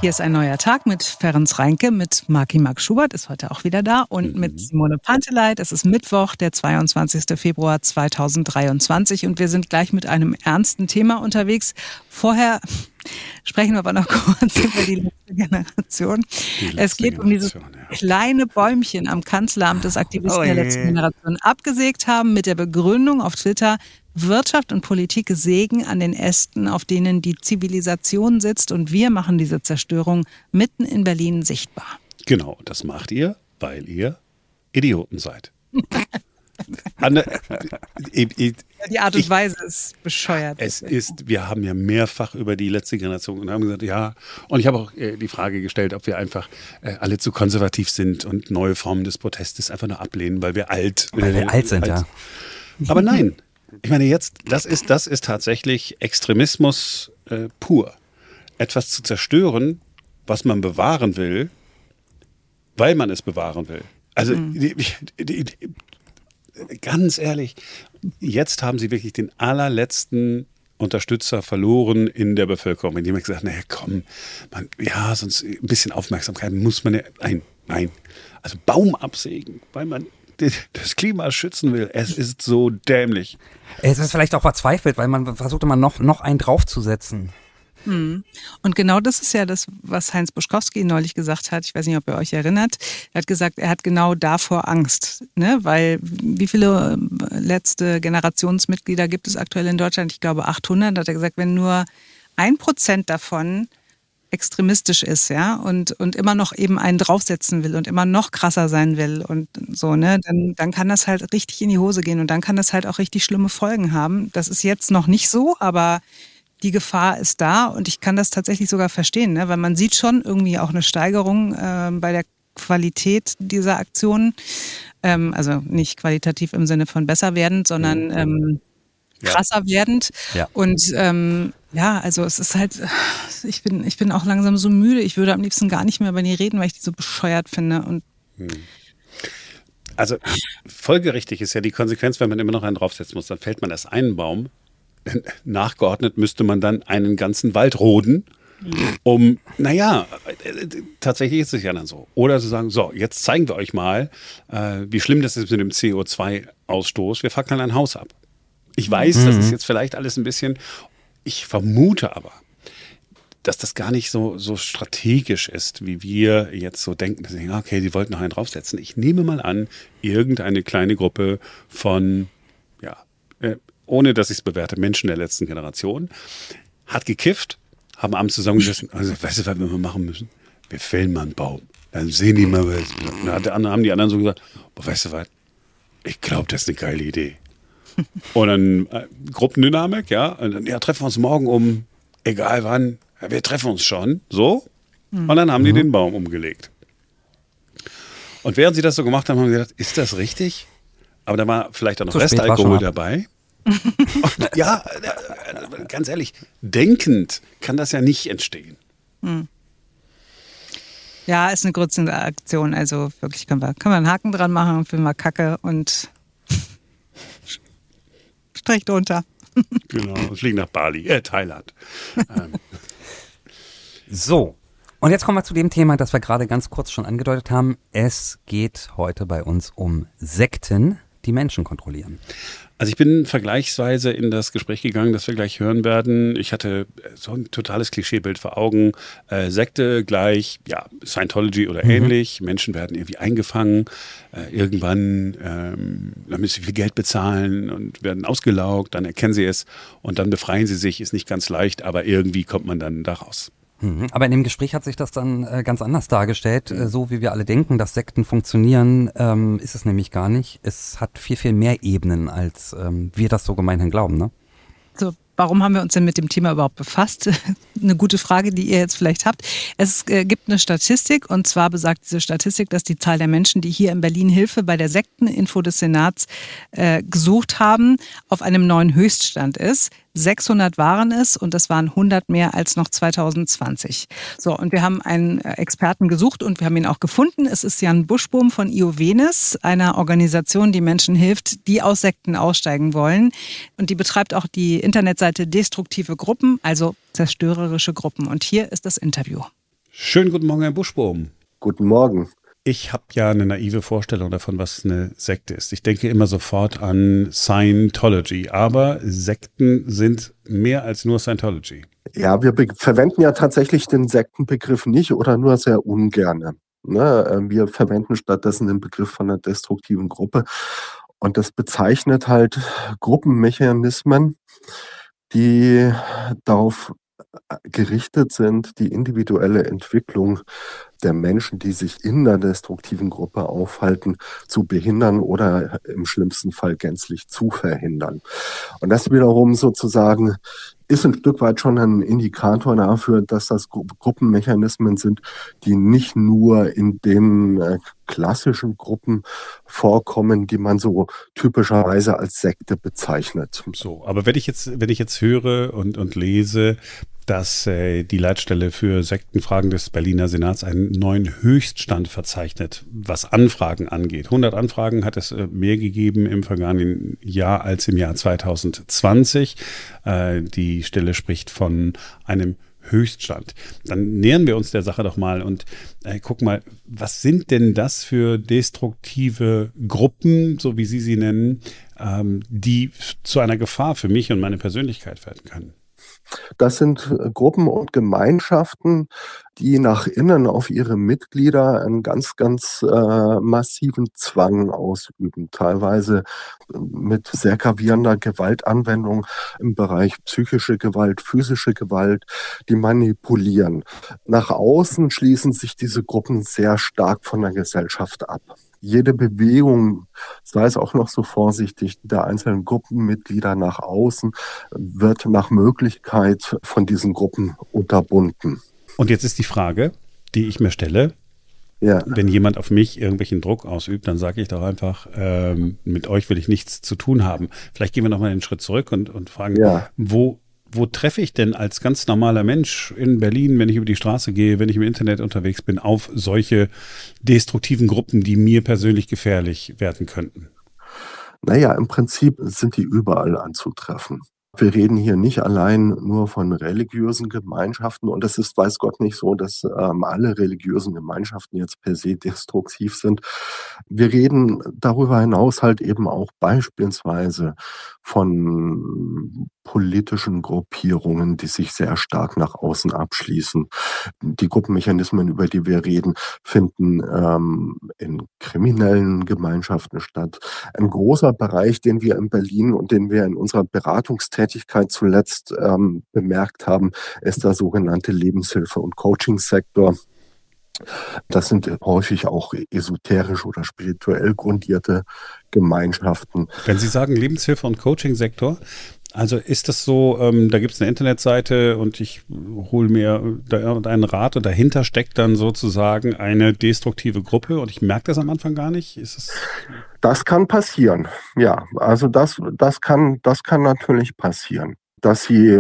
Hier ist ein neuer Tag mit Ferenc Reinke, mit Marc Schubert, ist heute auch wieder da, und mit Simone Panteleit. Es ist Mittwoch, der 22. Februar 2023 und wir sind gleich mit einem ernsten Thema unterwegs. Vorher sprechen wir aber noch kurz über die letzte Generation. Es geht um dieses kleine Bäumchen am Kanzleramt, das Aktivisten der letzten Generation abgesägt haben, mit der Begründung auf Twitter: Wirtschaft und Politik sägen an den Ästen, auf denen die Zivilisation sitzt, und wir machen diese Zerstörung mitten in Berlin sichtbar. Genau, das macht ihr, weil ihr Idioten seid. Die Art und Weise ist bescheuert. Wir haben ja mehrfach über die letzte Generation und haben gesagt, ja, und ich habe auch die Frage gestellt, ob wir einfach alle zu konservativ sind und neue Formen des Protestes einfach nur ablehnen, weil wir alt sind. Ja. Aber nein. Ich meine jetzt, das ist tatsächlich Extremismus pur. Etwas zu zerstören, was man bewahren will, weil man es bewahren will. Also ganz ehrlich, jetzt haben sie wirklich den allerletzten Unterstützer verloren in der Bevölkerung. Wenn jemand gesagt hat, naja komm, sonst ein bisschen Aufmerksamkeit muss man ja, nein. Also Baum absägen, weil man das Klima schützen will. Es ist so dämlich. Es ist vielleicht auch verzweifelt, weil man versucht immer noch einen draufzusetzen. Und genau das ist ja das, was Heinz Buschkowski neulich gesagt hat. Ich weiß nicht, ob ihr euch erinnert. Er hat gesagt, er hat genau davor Angst. Ne? Weil wie viele letzte Generationsmitglieder gibt es aktuell in Deutschland? Ich glaube 800. Hat er gesagt, wenn nur 1% davon extremistisch ist, ja, und immer noch eben einen draufsetzen will und immer noch krasser sein will und so, ne, dann kann das halt richtig in die Hose gehen und dann kann das halt auch richtig schlimme Folgen haben. Das ist jetzt noch nicht so, aber die Gefahr ist da und ich kann das tatsächlich sogar verstehen, ne, weil man sieht schon irgendwie auch eine Steigerung bei der Qualität dieser Aktionen, also nicht qualitativ im Sinne von besser werdend, sondern krasser werdend. Ja. Und also es ist halt, ich bin auch langsam so müde. Ich würde am liebsten gar nicht mehr über die reden, weil ich die so bescheuert finde. Und Also folgerichtig ist ja die Konsequenz, wenn man immer noch einen draufsetzen muss, dann fällt man erst einen Baum. Nachgeordnet müsste man dann einen ganzen Wald roden, tatsächlich ist es ja dann so. Oder zu sagen, so, jetzt zeigen wir euch mal, wie schlimm das ist mit dem CO2-Ausstoß. Wir fackeln ein Haus ab. Ich weiß, das ist jetzt vielleicht alles ein bisschen, ich vermute aber, dass das gar nicht so strategisch ist, wie wir jetzt so denken. Okay, die wollten noch einen draufsetzen. Ich nehme mal an, irgendeine kleine Gruppe von, ohne dass ich es bewerte, Menschen der letzten Generation, hat gekifft, haben abends zusammengesessen. Also, weißt du, was wir machen müssen? Wir fällen mal einen Baum. Dann sehen die mal, was. Dann haben die anderen so gesagt, weißt du was? Ich glaube, das ist eine geile Idee. Und dann Gruppendynamik, und dann, treffen wir uns morgen um, egal wann, wir treffen uns schon, so. Und dann haben die den Baum umgelegt. Und während sie das so gemacht haben, haben sie gedacht, ist das richtig? Aber da war vielleicht auch noch Restalkohol dabei. Und, ganz ehrlich, denkend kann das ja nicht entstehen. Ja, ist eine grützende Aktion, also wirklich können wir einen Haken dran machen, filmen wir Kacke und Strich drunter. Genau, fliegen nach Bali, Thailand. So, und jetzt kommen wir zu dem Thema, das wir gerade ganz kurz schon angedeutet haben. Es geht heute bei uns um Sekten, die Menschen kontrollieren. Also ich bin vergleichsweise in das Gespräch gegangen, das wir gleich hören werden. Ich hatte so ein totales Klischeebild vor Augen. Sekte gleich, Scientology oder ähnlich. Menschen werden irgendwie eingefangen. Irgendwann dann müssen sie viel Geld bezahlen und werden ausgelaugt. Dann erkennen sie es und dann befreien sie sich. Ist nicht ganz leicht, aber irgendwie kommt man dann da raus. Aber in dem Gespräch hat sich das dann ganz anders dargestellt. So wie wir alle denken, dass Sekten funktionieren, ist es nämlich gar nicht. Es hat viel, viel mehr Ebenen, als wir das so gemeinhin glauben, ne? So, warum haben wir uns denn mit dem Thema überhaupt befasst? Eine gute Frage, die ihr jetzt vielleicht habt. Es gibt eine Statistik, und zwar besagt diese Statistik, dass die Zahl der Menschen, die hier in Berlin Hilfe bei der Sekteninfo des Senats gesucht haben, auf einem neuen Höchststand ist. 600 waren es und das waren 100 mehr als noch 2020. So, und wir haben einen Experten gesucht und wir haben ihn auch gefunden. Es ist Jan Buschbohm von Iovenis, einer Organisation, die Menschen hilft, die aus Sekten aussteigen wollen. Und die betreibt auch die Internetseite Destruktive Gruppen, also zerstörerische Gruppen. Und hier ist das Interview. Schönen guten Morgen, Herr Buschbaum. Guten Morgen. Ich habe ja eine naive Vorstellung davon, was eine Sekte ist. Ich denke immer sofort an Scientology, aber Sekten sind mehr als nur Scientology. Ja, wir verwenden ja tatsächlich den Sektenbegriff nicht oder nur sehr ungerne. Ne? Wir verwenden stattdessen den Begriff von einer destruktiven Gruppe. Und das bezeichnet halt Gruppenmechanismen, die darauf gerichtet sind, die individuelle Entwicklung der Menschen, die sich in der destruktiven Gruppe aufhalten, zu behindern oder im schlimmsten Fall gänzlich zu verhindern. Und das wiederum sozusagen ist ein Stück weit schon ein Indikator dafür, dass das Gruppenmechanismen sind, die nicht nur in den klassischen Gruppen vorkommen, die man so typischerweise als Sekte bezeichnet. So, aber wenn ich jetzt höre und lese, dass die Leitstelle für Sektenfragen des Berliner Senats einen neuen Höchststand verzeichnet, was Anfragen angeht. 100 Anfragen hat es mehr gegeben im vergangenen Jahr als im Jahr 2020. Die Stelle spricht von einem Höchststand. Dann nähern wir uns der Sache doch mal und guck mal, was sind denn das für destruktive Gruppen, so wie Sie sie nennen, die zu einer Gefahr für mich und meine Persönlichkeit werden können? Das sind Gruppen und Gemeinschaften, die nach innen auf ihre Mitglieder einen ganz massiven Zwang ausüben, teilweise mit sehr gravierender Gewaltanwendung im Bereich psychische Gewalt, physische Gewalt, die manipulieren. Nach außen schließen sich diese Gruppen sehr stark von der Gesellschaft ab. Jede Bewegung, sei es auch noch so vorsichtig, der einzelnen Gruppenmitglieder nach außen, wird nach Möglichkeit von diesen Gruppen unterbunden. Und jetzt ist die Frage, die ich mir stelle, ja. Wenn jemand auf mich irgendwelchen Druck ausübt, dann sage ich doch einfach, mit euch will ich nichts zu tun haben. Vielleicht gehen wir nochmal einen Schritt zurück und fragen, wo treffe ich denn als ganz normaler Mensch in Berlin, wenn ich über die Straße gehe, wenn ich im Internet unterwegs bin, auf solche destruktiven Gruppen, die mir persönlich gefährlich werden könnten? Naja, im Prinzip sind die überall anzutreffen. Wir reden hier nicht allein nur von religiösen Gemeinschaften und es ist, weiß Gott, nicht so, dass alle religiösen Gemeinschaften jetzt per se destruktiv sind. Wir reden darüber hinaus halt eben auch beispielsweise von politischen Gruppierungen, die sich sehr stark nach außen abschließen. Die Gruppenmechanismen, über die wir reden, finden in kriminellen Gemeinschaften statt. Ein großer Bereich, den wir in Berlin und den wir in unserer Beratungstätigkeit zuletzt bemerkt haben, ist der sogenannte Lebenshilfe- und Coaching-Sektor. Das sind häufig auch esoterisch oder spirituell grundierte Gemeinschaften. Wenn Sie sagen Lebenshilfe- und Coaching-Sektor, also ist das so, da gibt es eine Internetseite und ich hole mir da einen Rat und dahinter steckt dann sozusagen eine destruktive Gruppe und ich merke das am Anfang gar nicht? Das kann passieren, ja. Also das kann natürlich passieren, dass Sie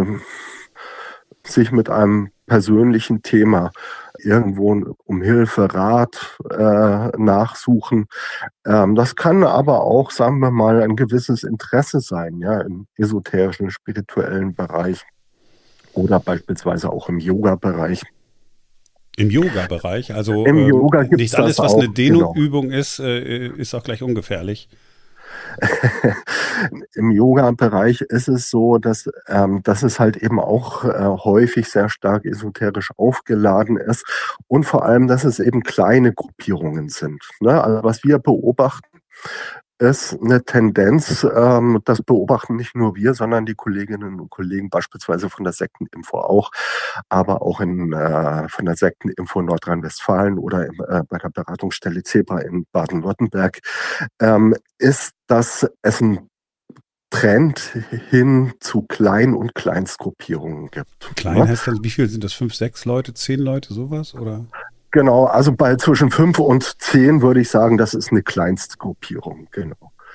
sich mit einem persönlichen Thema irgendwo um Hilfe, Rat nachsuchen. Das kann aber auch, sagen wir mal, ein gewisses Interesse sein, ja, im esoterischen, spirituellen Bereich oder beispielsweise auch im Yoga-Bereich. Im Yoga-Bereich? Also im Yoga gibt's nicht alles, was auch, eine Dehnübung ist, ist auch gleich ungefährlich. Im Yoga-Bereich ist es so, dass es halt eben auch häufig sehr stark esoterisch aufgeladen ist und vor allem, dass es eben kleine Gruppierungen sind. Ne? Also was wir beobachten, ist eine Tendenz, das beobachten nicht nur wir, sondern die Kolleginnen und Kollegen beispielsweise von der Sekteninfo auch, aber auch von der Sekteninfo Nordrhein-Westfalen oder bei der Beratungsstelle Zebra in Baden-Württemberg, ist, dass es ein Trend hin zu Klein- und Kleinstgruppierungen gibt. Klein heißt dann, wie viel sind das? 5, 6 Leute, 10 Leute, sowas? Oder? Genau, also bei zwischen 5 und 10 würde ich sagen, das ist eine Kleinstgruppierung, genau.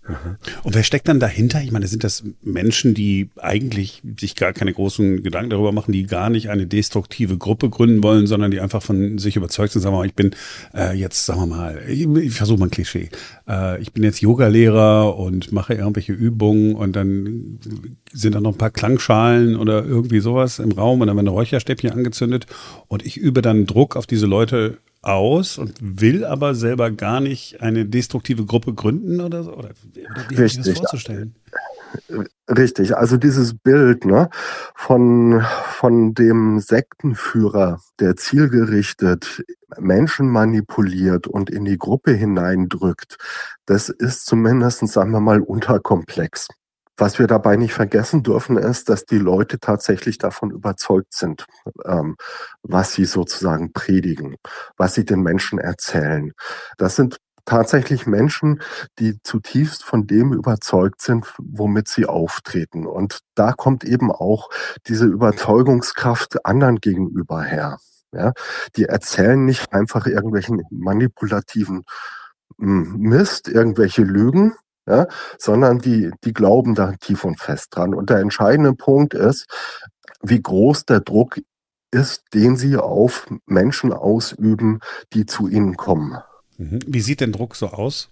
Und wer steckt dann dahinter? Ich meine, sind das Menschen, die eigentlich sich gar keine großen Gedanken darüber machen, die gar nicht eine destruktive Gruppe gründen wollen, sondern die einfach von sich überzeugt sind. Sagen wir mal, ich bin jetzt, sagen wir mal, ich versuche mal ein Klischee. Ich bin jetzt Yogalehrer und mache irgendwelche Übungen und dann sind da noch ein paar Klangschalen oder irgendwie sowas im Raum und dann werden Räucherstäbchen angezündet und ich übe dann Druck auf diese Leute aus und will aber selber gar nicht eine destruktive Gruppe gründen oder so? Oder wie habe ich das vorzustellen? Richtig, also dieses Bild, ne, von dem Sektenführer, der zielgerichtet Menschen manipuliert und in die Gruppe hineindrückt, das ist zumindest, sagen wir mal, unterkomplex. Was wir dabei nicht vergessen dürfen, ist, dass die Leute tatsächlich davon überzeugt sind, was sie sozusagen predigen, was sie den Menschen erzählen. Das sind tatsächlich Menschen, die zutiefst von dem überzeugt sind, womit sie auftreten. Und da kommt eben auch diese Überzeugungskraft anderen gegenüber her. Ja, die erzählen nicht einfach irgendwelchen manipulativen Mist, irgendwelche Lügen, ja, sondern die glauben da tief und fest dran. Und der entscheidende Punkt ist, wie groß der Druck ist, den sie auf Menschen ausüben, die zu ihnen kommen. Wie sieht denn Druck so aus?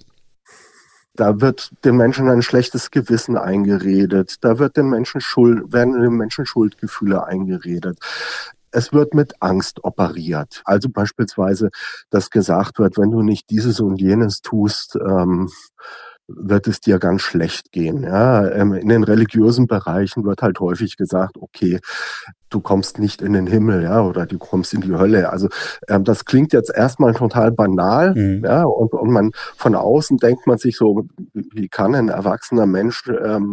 Da wird den Menschen ein schlechtes Gewissen eingeredet. Da werden den Menschen Schuldgefühle eingeredet. Es wird mit Angst operiert. Also beispielsweise, dass gesagt wird, wenn du nicht dieses und jenes tust, wird es dir ganz schlecht gehen. Ja, in den religiösen Bereichen wird halt häufig gesagt, okay, du kommst nicht in den Himmel, ja, oder du kommst in die Hölle. Also das klingt jetzt erstmal total banal, ja, und man von außen denkt man sich so, wie kann ein erwachsener Mensch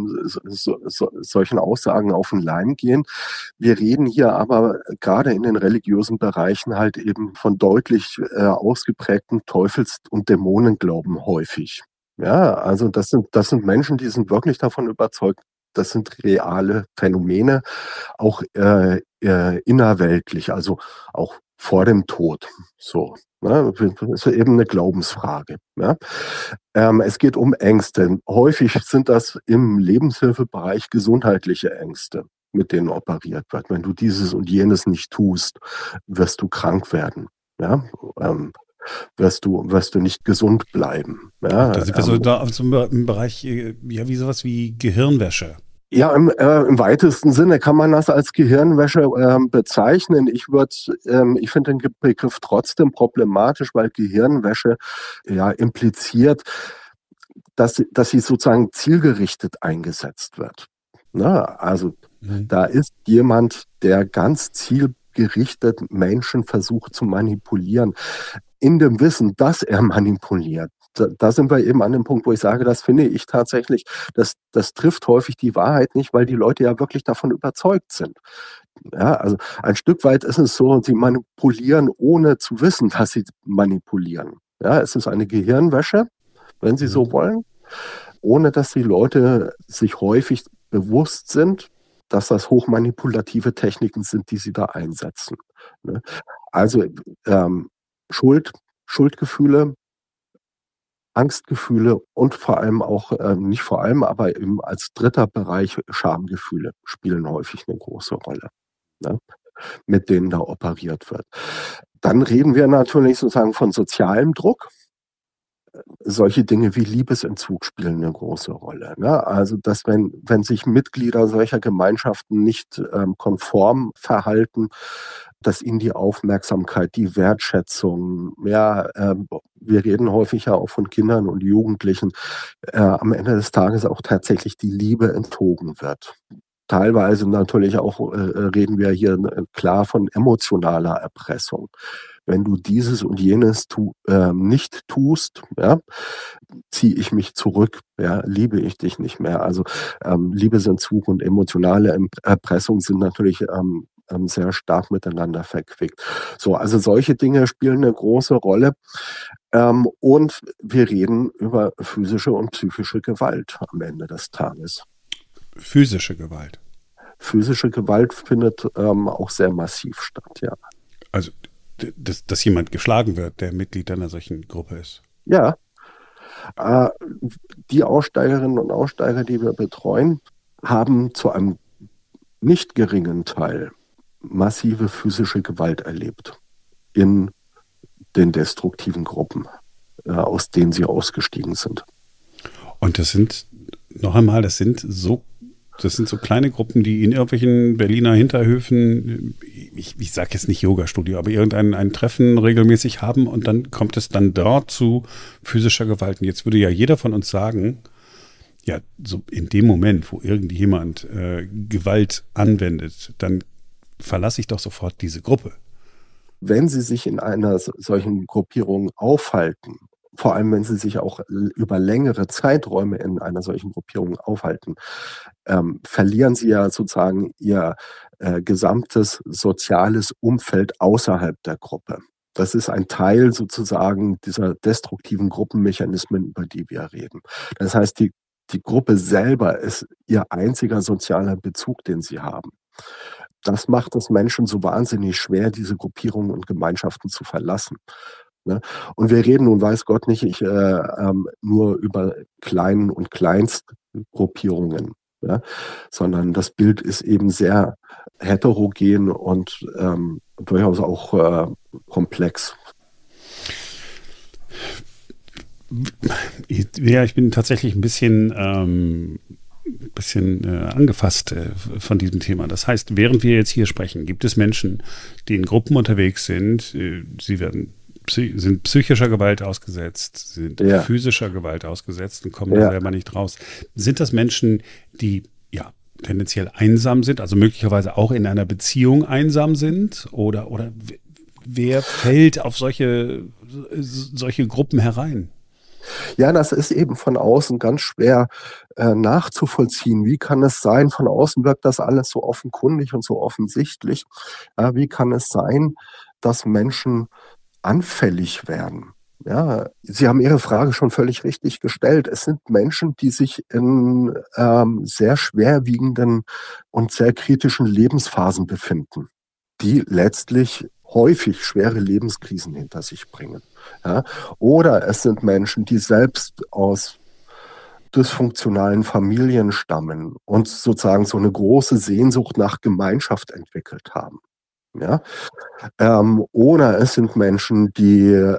solchen Aussagen auf den Leim gehen? Wir reden hier aber gerade in den religiösen Bereichen halt eben von deutlich ausgeprägten Teufels- und Dämonenglauben häufig. Ja, also das sind Menschen, die sind wirklich davon überzeugt, das sind reale Phänomene, auch innerweltlich, also auch vor dem Tod. So, ne? Das ist eben eine Glaubensfrage. Ja? Es geht um Ängste. Häufig sind das im Lebenshilfebereich gesundheitliche Ängste, mit denen operiert wird. Wenn du dieses und jenes nicht tust, wirst du krank werden. Ja? Wirst du nicht gesund bleiben. Ja, da sind wir so da im Bereich, ja, wie sowas wie Gehirnwäsche. Ja, im weitesten Sinne kann man das als Gehirnwäsche bezeichnen. Ich finde den Begriff trotzdem problematisch, weil Gehirnwäsche ja impliziert, dass sie sozusagen zielgerichtet eingesetzt wird. Na, also da ist jemand, der ganz zielgerichtet Menschen versucht zu manipulieren, in dem Wissen, dass er manipuliert. Da sind wir eben an dem Punkt, wo ich sage, das finde ich tatsächlich, das trifft häufig die Wahrheit nicht, weil die Leute ja wirklich davon überzeugt sind. Ja, also ein Stück weit ist es so, sie manipulieren, ohne zu wissen, dass sie manipulieren. Ja, es ist eine Gehirnwäsche, wenn Sie so wollen, ohne dass die Leute sich häufig bewusst sind, dass das hochmanipulative Techniken sind, die sie da einsetzen. Ne? Also Schuldgefühle, Angstgefühle und vor allem auch, nicht vor allem, aber eben als dritter Bereich Schamgefühle spielen häufig eine große Rolle, ne, mit denen da operiert wird. Dann reden wir natürlich sozusagen von sozialem Druck. Solche Dinge wie Liebesentzug spielen eine große Rolle. Ne? Also, dass wenn sich Mitglieder solcher Gemeinschaften nicht konform verhalten, dass ihnen die Aufmerksamkeit, die Wertschätzung, ja, wir reden häufig ja auch von Kindern und Jugendlichen, am Ende des Tages auch tatsächlich die Liebe entzogen wird. Teilweise natürlich auch reden wir hier klar von emotionaler Erpressung. Wenn du dieses und jenes nicht tust, ja, ziehe ich mich zurück, ja, liebe ich dich nicht mehr. Also Liebesentzug und emotionale Erpressung sind natürlich sehr stark miteinander verquickt. So, also solche Dinge spielen eine große Rolle. Und wir reden über physische und psychische Gewalt am Ende des Tages. Physische Gewalt. Physische Gewalt findet auch sehr massiv statt, ja. Also, dass jemand geschlagen wird, der Mitglied einer solchen Gruppe ist. Ja. Äh, Die Aussteigerinnen und Aussteiger, die wir betreuen, haben zu einem nicht geringen Teil massive physische Gewalt erlebt in den destruktiven Gruppen, aus denen sie ausgestiegen sind. Und das sind, noch einmal, das sind so kleine Gruppen, die in irgendwelchen Berliner Hinterhöfen, ich sage jetzt nicht Yoga-Studio, aber ein Treffen regelmäßig haben und dann kommt es dann dort zu physischer Gewalt. Und jetzt würde ja jeder von uns sagen, ja, so in dem Moment, wo irgendjemand Gewalt anwendet, dann verlasse ich doch sofort diese Gruppe. Wenn Sie sich in einer solchen Gruppierung aufhalten, vor allem wenn Sie sich auch über längere Zeiträume in einer solchen Gruppierung aufhalten, verlieren Sie ja sozusagen Ihr gesamtes soziales Umfeld außerhalb der Gruppe. Das ist ein Teil sozusagen dieser destruktiven Gruppenmechanismen, über die wir reden. Das heißt, die Gruppe selber ist Ihr einziger sozialer Bezug, den Sie haben. Das macht es Menschen so wahnsinnig schwer, diese Gruppierungen und Gemeinschaften zu verlassen. Ne? Und wir reden nun, weiß Gott nicht, nur über Kleinen- und Kleinstgruppierungen, ja? Sondern das Bild ist eben sehr heterogen und durchaus auch komplex. Ja, ich bin tatsächlich ein bisschen angefasst von diesem Thema. Das heißt, während wir jetzt hier sprechen, gibt es Menschen, die in Gruppen unterwegs sind, sind psychischer Gewalt ausgesetzt, sind physischer Gewalt ausgesetzt und kommen da selber nicht raus. Sind das Menschen, die ja tendenziell einsam sind, also möglicherweise auch in einer Beziehung einsam sind? Oder wer fällt auf solche Gruppen herein? Ja, das ist eben von außen ganz schwer nachzuvollziehen. Wie kann es sein, von außen wirkt das alles so offenkundig und so offensichtlich. Wie kann es sein, dass Menschen anfällig werden? Ja, Sie haben Ihre Frage schon völlig richtig gestellt. Es sind Menschen, die sich in sehr schwerwiegenden und sehr kritischen Lebensphasen befinden, die letztlich häufig schwere Lebenskrisen hinter sich bringen. Ja? Oder es sind Menschen, die selbst aus dysfunktionalen Familien stammen und sozusagen so eine große Sehnsucht nach Gemeinschaft entwickelt haben. Ja? Oder es sind Menschen, die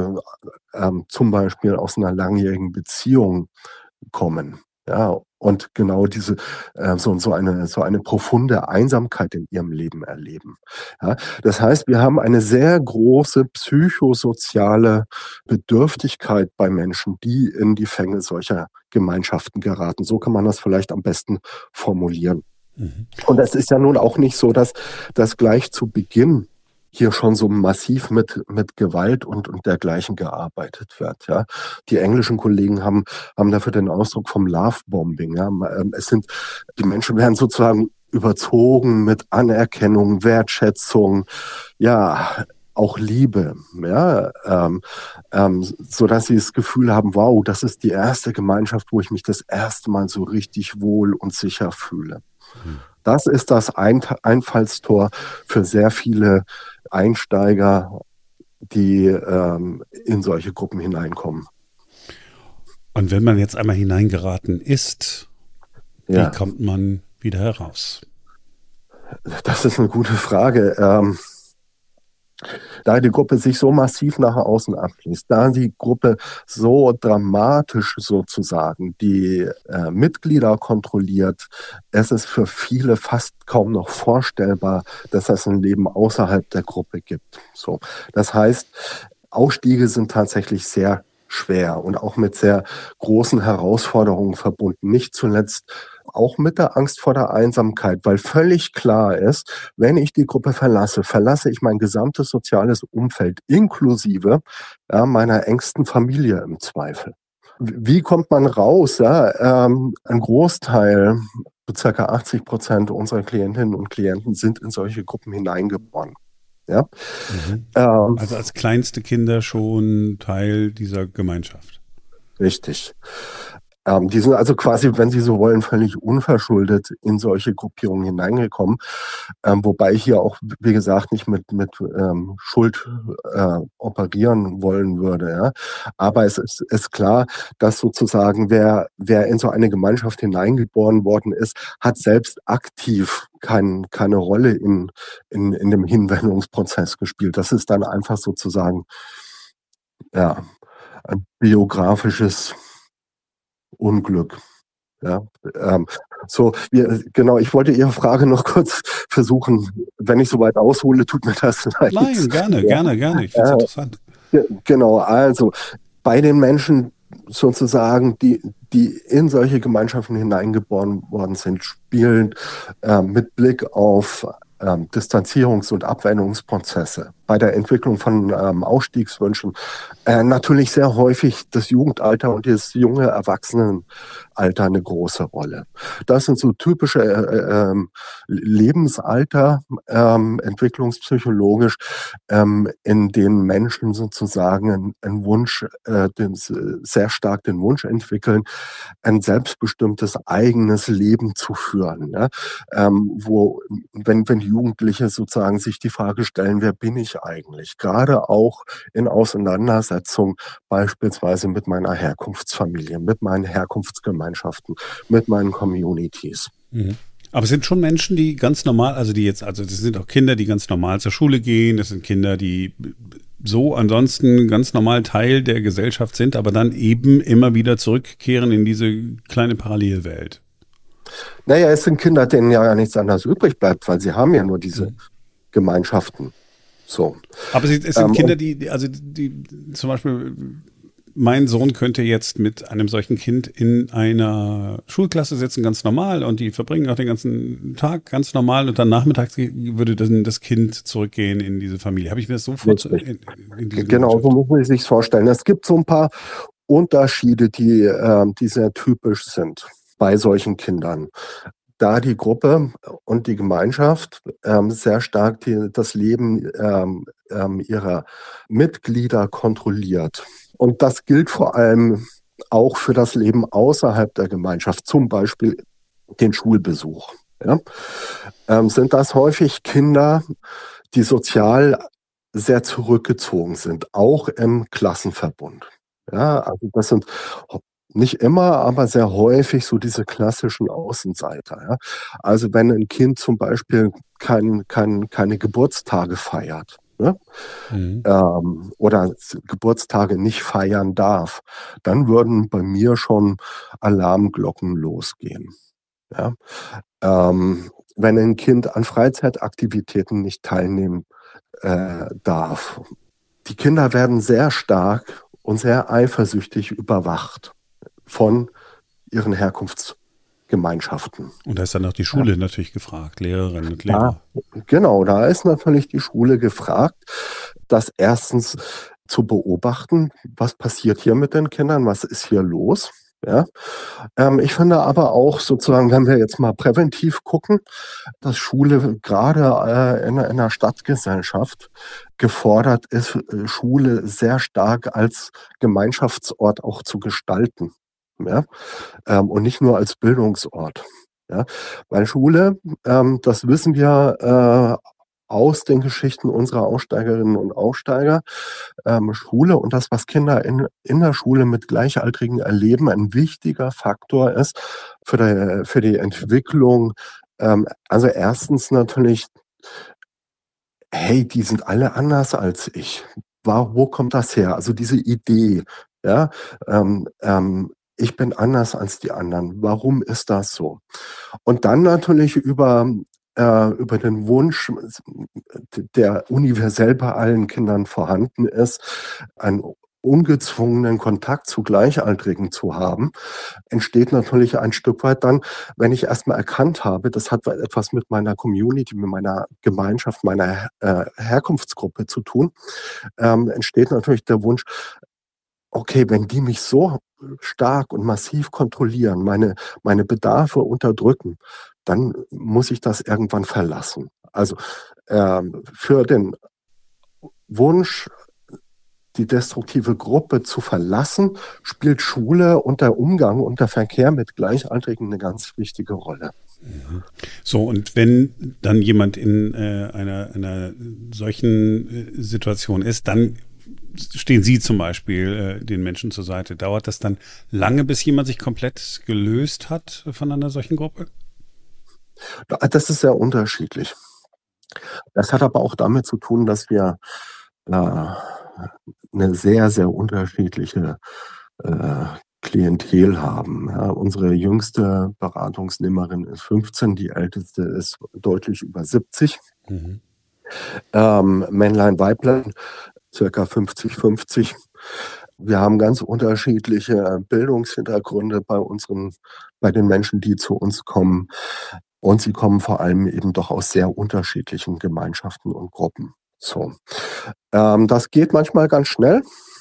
zum Beispiel aus einer langjährigen Beziehung kommen. Ja, und genau diese so eine profunde Einsamkeit in ihrem Leben erleben. Ja, das heißt, wir haben eine sehr große psychosoziale Bedürftigkeit bei Menschen, die in die Fänge solcher Gemeinschaften geraten. So kann man das vielleicht am besten formulieren. Mhm. Und es ist ja nun auch nicht so, dass das gleich zu Beginn hier schon so massiv mit Gewalt und dergleichen gearbeitet wird. Ja. Die englischen Kollegen haben dafür den Ausdruck vom Lovebombing. Ja. Die Menschen werden sozusagen überzogen mit Anerkennung, Wertschätzung, ja, auch Liebe, ja, so dass sie das Gefühl haben, wow, das ist die erste Gemeinschaft, wo ich mich das erste Mal so richtig wohl und sicher fühle. Das ist das Einfallstor für sehr viele Einsteiger, die in solche Gruppen hineinkommen. Und wenn man jetzt einmal hineingeraten ist, wie kommt man wieder heraus? Das ist eine gute Frage. Da die Gruppe sich so massiv nach außen abschließt, da die Gruppe so dramatisch sozusagen die Mitglieder kontrolliert, es ist für viele fast kaum noch vorstellbar, dass es ein Leben außerhalb der Gruppe gibt. So, das heißt, Ausstiege sind tatsächlich sehr schwer und auch mit sehr großen Herausforderungen verbunden. Nicht zuletzt auch mit der Angst vor der Einsamkeit, weil völlig klar ist, wenn ich die Gruppe verlasse, verlasse ich mein gesamtes soziales Umfeld inklusive meiner engsten Familie im Zweifel. Wie kommt man raus? Ja? Ein Großteil, so ca. 80% unserer Klientinnen und Klienten sind in solche Gruppen hineingeboren. Ja? Mhm. Also als kleinste Kinder schon Teil dieser Gemeinschaft. Richtig. Die sind also quasi, wenn Sie so wollen, völlig unverschuldet in solche Gruppierungen hineingekommen. Wobei ich hier auch, wie gesagt, nicht mit Schuld operieren wollen würde. Ja. Aber es ist klar, dass sozusagen wer in so eine Gemeinschaft hineingeboren worden ist, hat selbst aktiv keine Rolle in dem Hinwendungsprozess gespielt. Das ist dann einfach sozusagen ja, ein biografisches Unglück. Ja, genau, ich wollte Ihre Frage noch kurz versuchen, wenn ich so weit aushole, tut mir das leid. Nein, gerne. Ich finde es interessant. Genau, also bei den Menschen sozusagen, die in solche Gemeinschaften hineingeboren worden sind, spielen mit Blick auf Distanzierungs- und Abwendungsprozesse bei der Entwicklung von Ausstiegswünschen natürlich sehr häufig das Jugendalter und das junge Erwachsenenalter eine große Rolle. Das sind so typische Lebensalter, entwicklungspsychologisch, in denen Menschen sozusagen einen Wunsch, sehr stark den Wunsch entwickeln, ein selbstbestimmtes eigenes Leben zu führen. Ja? Wo, wenn Jugendliche sozusagen sich die Frage stellen, wer bin ich eigentlich? Gerade auch in Auseinandersetzung beispielsweise mit meiner Herkunftsfamilie, mit meinen Herkunftsgemeinschaften, mit meinen Communities. Mhm. Aber es sind schon Menschen, die ganz normal, also das sind auch Kinder, die ganz normal zur Schule gehen, das sind Kinder, die so ansonsten ganz normal Teil der Gesellschaft sind, aber dann eben immer wieder zurückkehren in diese kleine Parallelwelt. Naja, es sind Kinder, denen ja nichts anderes übrig bleibt, weil sie haben ja nur diese Gemeinschaften. So. Aber es sind Kinder, die zum Beispiel, mein Sohn könnte jetzt mit einem solchen Kind in einer Schulklasse sitzen, ganz normal, und die verbringen auch den ganzen Tag ganz normal, und dann nachmittags würde dann das Kind zurückgehen in diese Familie. Habe ich mir das so vorgestellt? Genau, so muss man sich vorstellen. Es gibt so ein paar Unterschiede, die sehr typisch sind bei solchen Kindern. Da die Gruppe und die Gemeinschaft sehr stark das Leben ihrer Mitglieder kontrolliert. Und das gilt vor allem auch für das Leben außerhalb der Gemeinschaft, zum Beispiel den Schulbesuch. Ja? Sind das häufig Kinder, die sozial sehr zurückgezogen sind, auch im Klassenverbund. Ja, also das sind nicht immer, aber sehr häufig so diese klassischen Außenseiter. Ja? Also wenn ein Kind zum Beispiel keine Geburtstage feiert, ne? Oder Geburtstage nicht feiern darf, dann würden bei mir schon Alarmglocken losgehen. Ja? Wenn ein Kind an Freizeitaktivitäten nicht teilnehmen darf. Die Kinder werden sehr stark und sehr eifersüchtig überwacht von ihren Herkunftsgemeinschaften. Und da ist dann auch die Schule natürlich gefragt, Lehrerinnen und Lehrer. Ja, genau, da ist natürlich die Schule gefragt, das erstens zu beobachten, was passiert hier mit den Kindern, was ist hier los. Ja. Ich finde aber auch sozusagen, wenn wir jetzt mal präventiv gucken, dass Schule gerade in einer Stadtgesellschaft gefordert ist, Schule sehr stark als Gemeinschaftsort auch zu gestalten. Ja? Und nicht nur als Bildungsort. Ja? Weil Schule, das wissen wir aus den Geschichten unserer Aussteigerinnen und Aussteiger, Schule und das, was Kinder in der Schule mit Gleichaltrigen erleben, ein wichtiger Faktor ist für die Entwicklung. Also erstens natürlich, hey, die sind alle anders als ich. Wo kommt das her? Also diese Idee, ja, ich bin anders als die anderen. Warum ist das so? Und dann natürlich über den Wunsch, der universell bei allen Kindern vorhanden ist, einen ungezwungenen Kontakt zu Gleichaltrigen zu haben, entsteht natürlich ein Stück weit dann, wenn ich erstmal erkannt habe, das hat etwas mit meiner Community, mit meiner Gemeinschaft, meiner Herkunftsgruppe zu tun, entsteht natürlich der Wunsch, okay, wenn die mich so stark und massiv kontrollieren, meine Bedarfe unterdrücken, dann muss ich das irgendwann verlassen. Also für den Wunsch, die destruktive Gruppe zu verlassen, spielt Schule und der Umgang und der Verkehr mit Gleichaltrigen eine ganz wichtige Rolle. So, und wenn dann jemand in einer solchen Situation ist, dann stehen Sie zum Beispiel den Menschen zur Seite. Dauert das dann lange, bis jemand sich komplett gelöst hat von einer solchen Gruppe? Das ist sehr unterschiedlich. Das hat aber auch damit zu tun, dass wir eine sehr, sehr unterschiedliche Klientel haben. Ja, unsere jüngste Beratungsnehmerin ist 15, die älteste ist deutlich über 70. Mhm. Männlein, Weiblein, circa 50-50. Wir haben ganz unterschiedliche Bildungshintergründe bei den Menschen, die zu uns kommen. Und sie kommen vor allem eben doch aus sehr unterschiedlichen Gemeinschaften und Gruppen. So. Das geht manchmal ganz schnell,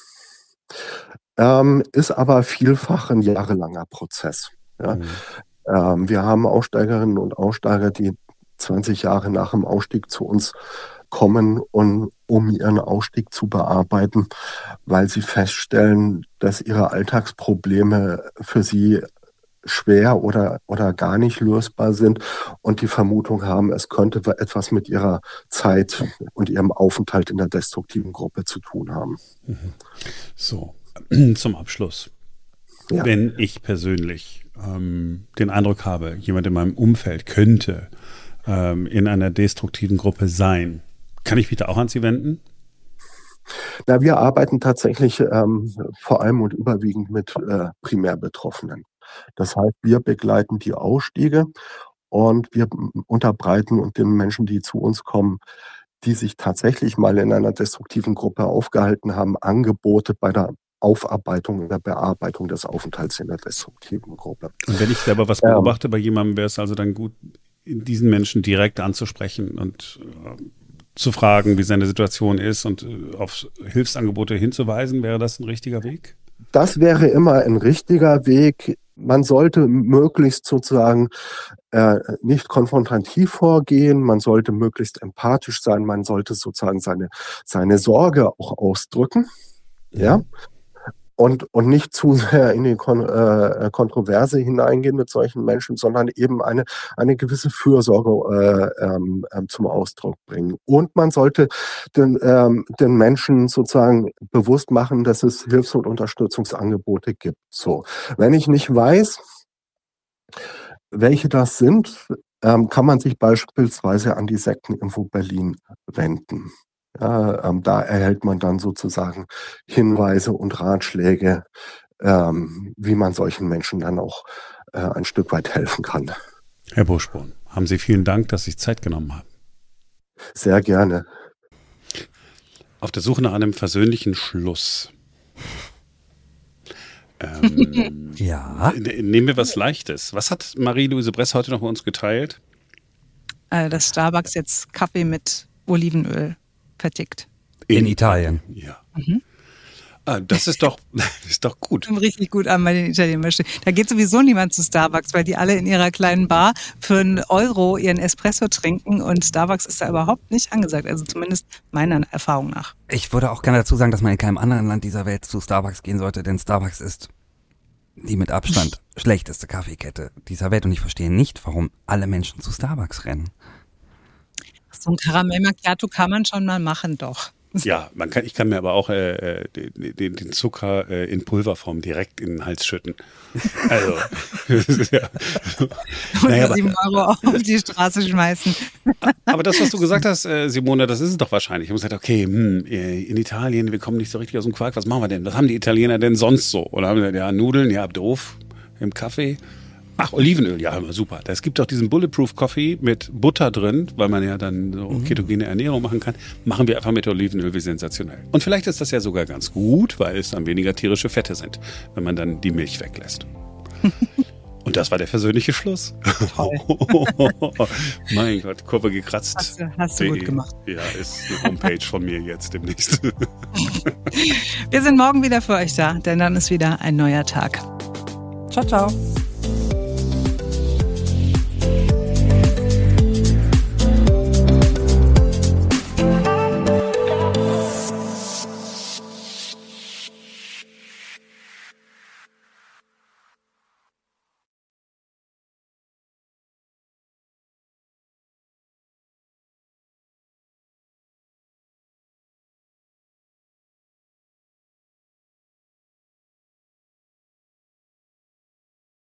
ist aber vielfach ein jahrelanger Prozess. Ja. Wir haben Aussteigerinnen und Aussteiger, die 20 Jahre nach dem Ausstieg zu uns kommen, um ihren Ausstieg zu bearbeiten, weil sie feststellen, dass ihre Alltagsprobleme für sie schwer oder gar nicht lösbar sind und die Vermutung haben, es könnte etwas mit ihrer Zeit und ihrem Aufenthalt in der destruktiven Gruppe zu tun haben. So, zum Abschluss. Ja. Wenn ich persönlich den Eindruck habe, jemand in meinem Umfeld könnte in einer destruktiven Gruppe sein, kann ich mich da auch an Sie wenden? Na, wir arbeiten tatsächlich vor allem und überwiegend mit Primärbetroffenen. Das heißt, wir begleiten die Ausstiege und wir unterbreiten und den Menschen, die zu uns kommen, die sich tatsächlich mal in einer destruktiven Gruppe aufgehalten haben, Angebote bei der Aufarbeitung und der Bearbeitung des Aufenthalts in der destruktiven Gruppe. Und wenn ich selber was beobachte bei jemandem, wäre es also dann gut, diesen Menschen direkt anzusprechen und zu fragen, wie seine Situation ist und auf Hilfsangebote hinzuweisen. Wäre das ein richtiger Weg? Das wäre immer ein richtiger Weg. Man sollte möglichst sozusagen nicht konfrontativ vorgehen, man sollte möglichst empathisch sein, man sollte sozusagen seine Sorge auch ausdrücken, ja. Und nicht zu sehr in die Kontroverse hineingehen mit solchen Menschen, sondern eben eine gewisse Fürsorge zum Ausdruck bringen. Und man sollte den Menschen sozusagen bewusst machen, dass es Hilfs- und Unterstützungsangebote gibt. So, wenn ich nicht weiß, welche das sind, kann man sich beispielsweise an die Sekteninfo Berlin wenden. Ja, da erhält man dann sozusagen Hinweise und Ratschläge, wie man solchen Menschen dann auch ein Stück weit helfen kann. Herr Buschborn, haben Sie vielen Dank, dass Sie sich Zeit genommen haben. Sehr gerne. Auf der Suche nach einem versöhnlichen Schluss. Ja. Nehmen wir was Leichtes. Was hat Marie-Louise Bress heute noch bei uns geteilt? Dass Starbucks jetzt Kaffee mit Olivenöl vertickt. In Italien. Ja. Mhm. Das ist doch gut. Richtig gut an bei den Italienern. Da geht sowieso niemand zu Starbucks, weil die alle in ihrer kleinen Bar für €1 ihren Espresso trinken und Starbucks ist da überhaupt nicht angesagt. Also zumindest meiner Erfahrung nach. Ich würde auch gerne dazu sagen, dass man in keinem anderen Land dieser Welt zu Starbucks gehen sollte, denn Starbucks ist die mit Abstand schlechteste Kaffeekette dieser Welt und ich verstehe nicht, warum alle Menschen zu Starbucks rennen. So ein Karamell Macchiato kann man schon mal machen, doch. Ja, ich kann mir aber auch den Zucker in Pulverform direkt in den Hals schütten. Also, ja. Und 7 € auf die Straße schmeißen. Aber das, was du gesagt hast, Simone, das ist es doch wahrscheinlich. Ich habe gesagt, okay, in Italien, wir kommen nicht so richtig aus dem Quark, was machen wir denn? Was haben die Italiener denn sonst so? Oder haben wir ja Nudeln, ja, doof, im Kaffee. Ach, Olivenöl, ja, super. Es gibt doch diesen Bulletproof Coffee mit Butter drin, weil man ja dann so ketogene Ernährung machen kann. Machen wir einfach mit Olivenöl, wie sensationell. Und vielleicht ist das ja sogar ganz gut, weil es dann weniger tierische Fette sind, wenn man dann die Milch weglässt. Und das war der versöhnliche Schluss. Mein Gott, Kurve gekratzt. Hast du gut gemacht. Ja, ist eine Homepage von mir jetzt demnächst. Wir sind morgen wieder für euch da, denn dann ist wieder ein neuer Tag. Ciao, ciao.